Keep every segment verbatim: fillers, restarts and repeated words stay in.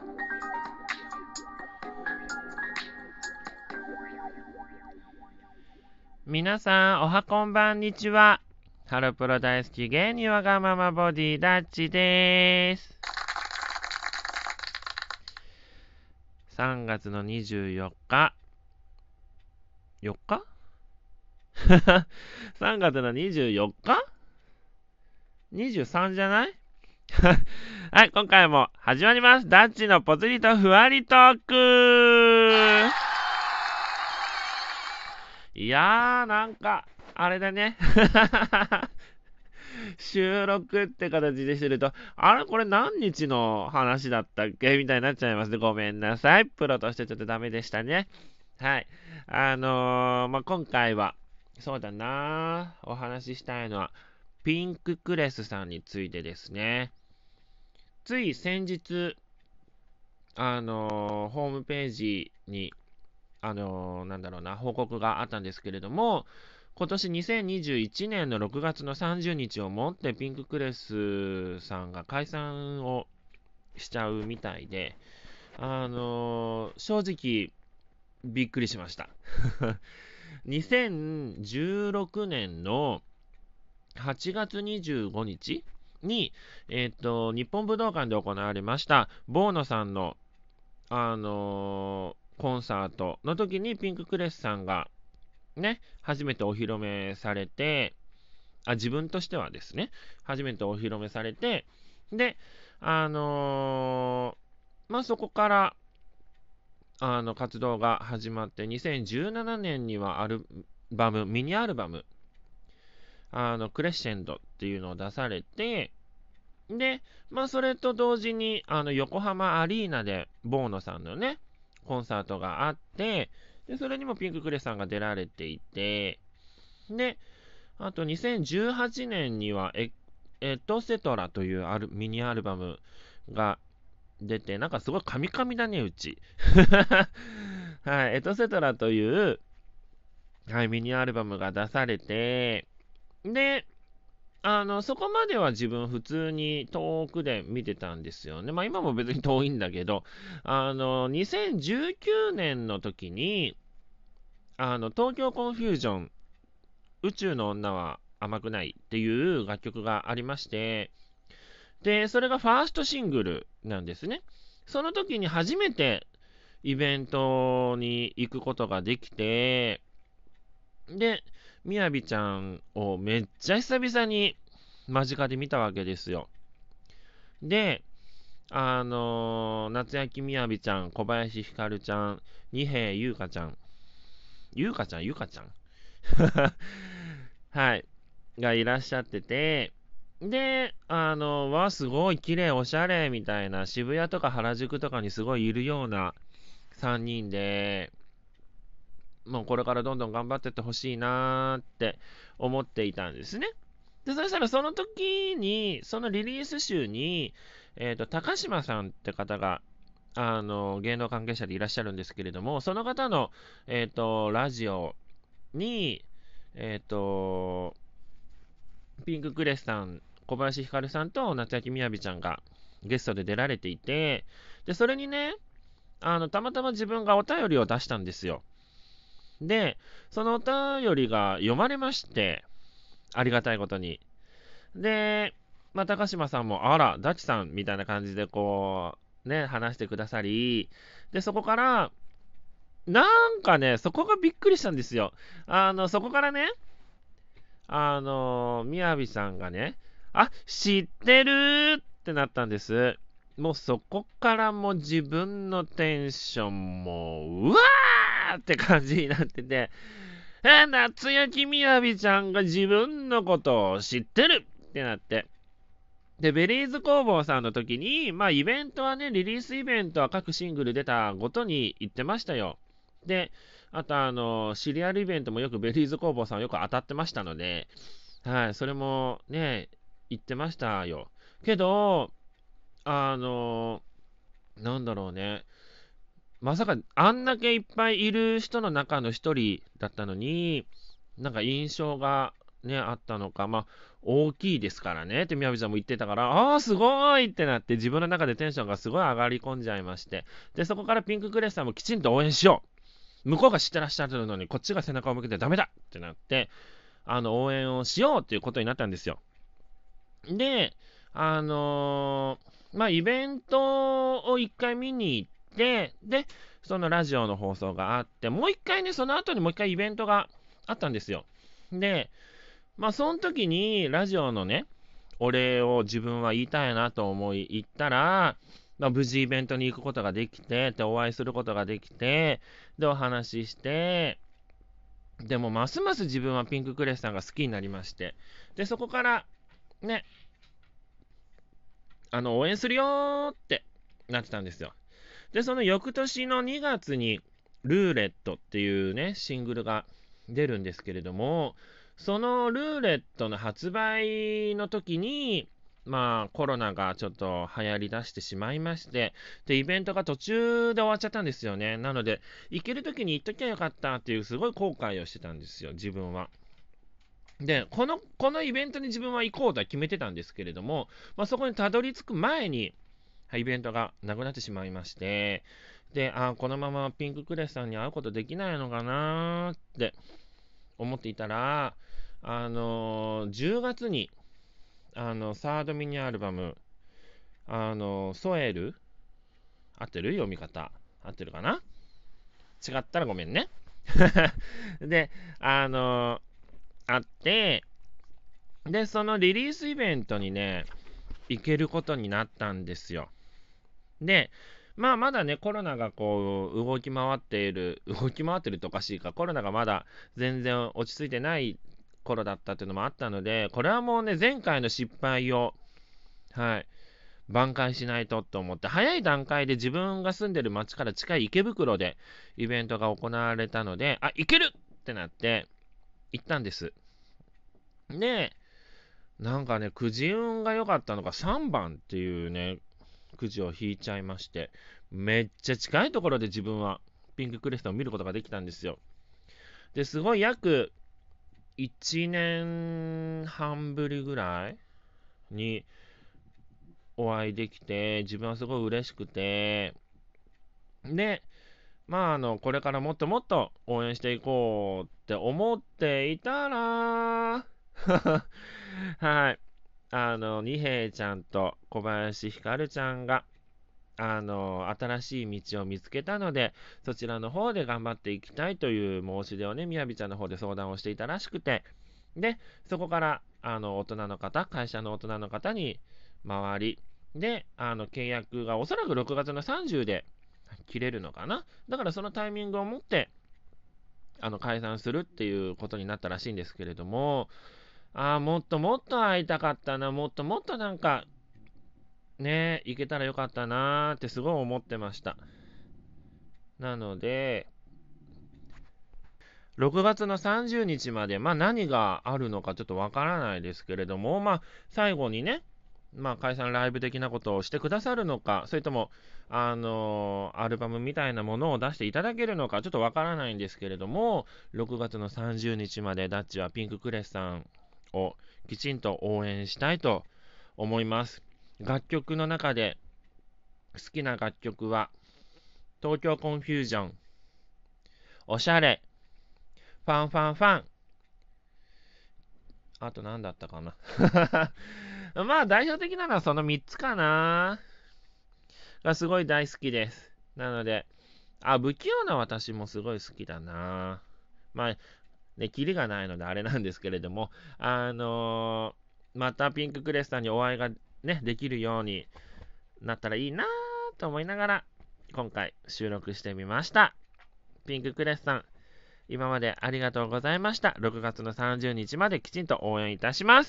皆さん、おはこんばんにちは。ハロプロ大好き芸人わがままボディダッチです。さんがつのにじゅうよっか。よっかさんがつのにじゅうよっか ?にじゅうさん じゃないはい、今回も始まります。ダッチのぽつりとふわりトーク。いやー、なんか、あれだね。収録って形ですると、あれこれ何日の話だったっけみたいになっちゃいますね。ごめんなさい。プロとしてちょっとダメでしたね。はい。あのー、まあ、今回は、そうだなお話ししたいのは、ピンククレスさんについてですね。つい先日、あのー、ホームページに、あのー、なんだろうな、報告があったんですけれども、今年にせんにじゅういちねんのろくがつのさんじゅうにちをもってピンククレスさんが解散をしちゃうみたいで、あのー、正直びっくりしました。にせんじゅうろくねんのはちがつにじゅうごにちに、えっと、日本武道館で行われましたボーノさんの、あのー、コンサートの時にピンククレスさんがね、初めてお披露目されて、あ、自分としてはですね、初めてお披露目されて、で、あのーまあ、そこから、あの、活動が始まって、にせんじゅうななねんにはアルバム、ミニアルバム、あの、クレッシェンドっていうのを出されて、で、まあ、それと同時に、あの、横浜アリーナで、ボーノさんのね、コンサートがあって、で、それにもピンククレスさんが出られていて、で、あとにせんじゅうはちねんにはエ、エトセトラというアルミニアルバムが出て、なんかすごいカミカミだね、うち。はい、エトセトラという、はい、ミニアルバムが出されて、で、あの、そこまでは自分普通に遠くで見てたんですよね。まあ今も別に遠いんだけど、あの、にせんじゅうきゅうねんの時に、あの、東京コンフュージョン、宇宙の女は甘くないっていう楽曲がありまして、で、それがファーストシングルなんですね。その時に初めてイベントに行くことができて、で、みやびちゃんをめっちゃ久々に間近で見たわけですよ。で、あのー夏焼きみやびちゃん、小林ひかるちゃん、二瓶優香ちゃん、優香ちゃん、優香ちゃんはい、がいらっしゃってて、で、あの、わ、すごい綺麗、おしゃれみたいな、渋谷とか原宿とかにすごいいるようなさんにんで、もうこれからどんどん頑張ってってほしいなーって思っていたんですね。で、そしたらその時に、そのリリース集に、えっと、高島さんって方が、あの、芸能関係者でいらっしゃるんですけれども、その方の、えっと、ラジオに、えっと、ピンククレスさん、小林ひかるさんと夏焼みやびちゃんがゲストで出られていて、で、それにね、あの、たまたま自分がお便りを出したんですよ。で、そのお便りが読まれまして、ありがたいことに。で、まあ、高島さんも、あら、ダチさんみたいな感じでこう、ね、話してくださり、で、そこから、なんかね、そこがびっくりしたんですよ。あの、そこからね、あの、みやびさんがね、あ、知ってるってなったんです。もうそこからもう自分のテンションも、うわーって感じになってて、え、夏焼きみやびちゃんが自分のことを知ってるってなって。で、ベリーズ工房さんの時に、まあイベントはね、リリースイベントは各シングル出たごとに言ってましたよ。で、あとあの、シリアルイベントもよくベリーズ工房さんよく当たってましたので、はい、それもね、言ってましたよ。けど、あの、なんだろうね。まさかあんだけいっぱいいる人の中の一人だったのに、なんか印象がね、あったのか、まあ、大きいですからねってみやびちゃんも言ってたから、ああ、すごいってなって、自分の中でテンションがすごい上がり込んじゃいまして、で、そこからピンククレスさんもきちんと応援しよう。向こうが知ってらっしゃるのに、こっちが背中を向けてダメだってなって、あの、応援をしようっていうことになったんですよ。で、あのーまあ、イベントを一回見に行って、で、そのラジオの放送があって、もう一回ね、その後にもう一回イベントがあったんですよ。で、まあ、その時にラジオのね、お礼を自分は言いたいなと思い行ったら、まあ、無事イベントに行くことができて、で、お会いすることができて、で、お話しして、でも、ますます自分はピンククレスさんが好きになりまして、で、そこから、ね、あの、応援するよーってなってたんですよ。で、その翌年のにがつに、ルーレットっていうね、シングルが出るんですけれども、そのルーレットの発売の時に、まあ、コロナがちょっと流行り出してしまいまして、で、イベントが途中で終わっちゃったんですよね。なので、行ける時に行っときゃよかったっていうすごい後悔をしてたんですよ、自分は。で、この、このイベントに自分は行こうとは決めてたんですけれども、まあ、そこにたどり着く前に、イベントがなくなってしまいまして、で、あ、このままピンククレスさんに会うことできないのかなって思っていたら、あのー、じゅうがつに、あの、サードミニアルバム、あの、ソエル、合ってる読み方。合ってるかな。違ったらごめんね。で、あのー、あって、で、そのリリースイベントにね、行けることになったんですよ。で、まあまだね、コロナがこう、動き回っている、動き回ってるとおかしいか、コロナがまだ全然落ち着いてない頃だったっていうのもあったので、これはもうね、前回の失敗を、はい、挽回しないとと思って、早い段階で自分が住んでる町から近い池袋でイベントが行われたので、あ、行けるってなって、行ったんです。で、なんかね、くじ運が良かったのがさんばんっていうね、くじを引いちゃいまして、めっちゃ近いところで自分はピンククレストを見ることができたんですよ。で、すごい約いちねんはんぶりぐらいにお会いできて、自分はすごい嬉しくて、で、まあ、あの、これからもっともっと応援していこうって思っていたら、はい、あの、二平ちゃんと小林ひかるちゃんが、あの、新しい道を見つけたので、そちらの方で頑張っていきたいという申し出をね、みやびちゃんの方で相談をしていたらしくて、で、そこから、あの、大人の方、会社の大人の方に回り、で、あの、契約がおそらくろくがつのさんじゅうで切れるのかな。だからそのタイミングを持って、あの、解散するっていうことになったらしいんですけれども、ああ、もっともっと会いたかったな、もっともっとなんか、ね、行けたらよかったなーってすごい思ってました。なので、ろくがつのさんじゅうにちまで、まあ何があるのかちょっとわからないですけれども、まあ最後にね、まあ解散ライブ的なことをしてくださるのか、それとも、あのーアルバムみたいなものを出していただけるのか、ちょっとわからないんですけれども、ろくがつのさんじゅうにちまでダッチはピンククレスさんをきちんと応援したいと思います。楽曲の中で好きな楽曲は、東京コンフュージョン、おしゃれ、ファンファンファン。あと何だったかな。まあ代表的なのはそのみっつかな。がすごい大好きです。なので、あ、不器用な私もすごい好きだな。まあ、ね、キリがないのであれなんですけれども、あのーまたピンククレスさんにお会いがね、できるようになったらいいなと思いながら、今回収録してみました。ピンククレスさん、今までありがとうございました。ろくがつのさんじゅうにちまできちんと応援いたします。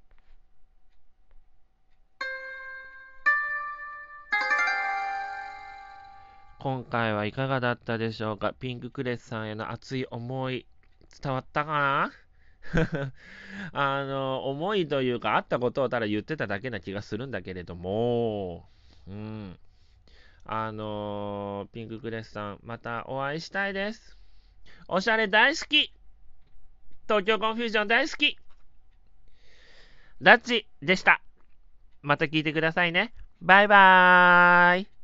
今回はいかがだったでしょうか。ピンククレスさんへの熱い思い、伝わったかな。あの、思いというか、あったことをただ言ってただけな気がするんだけれども、うん。あのピンククレスさん、またお会いしたいです。おしゃれ大好き。 東京コンフュージョン大好きダッチでした。また聞いてくださいね。バイバーイ。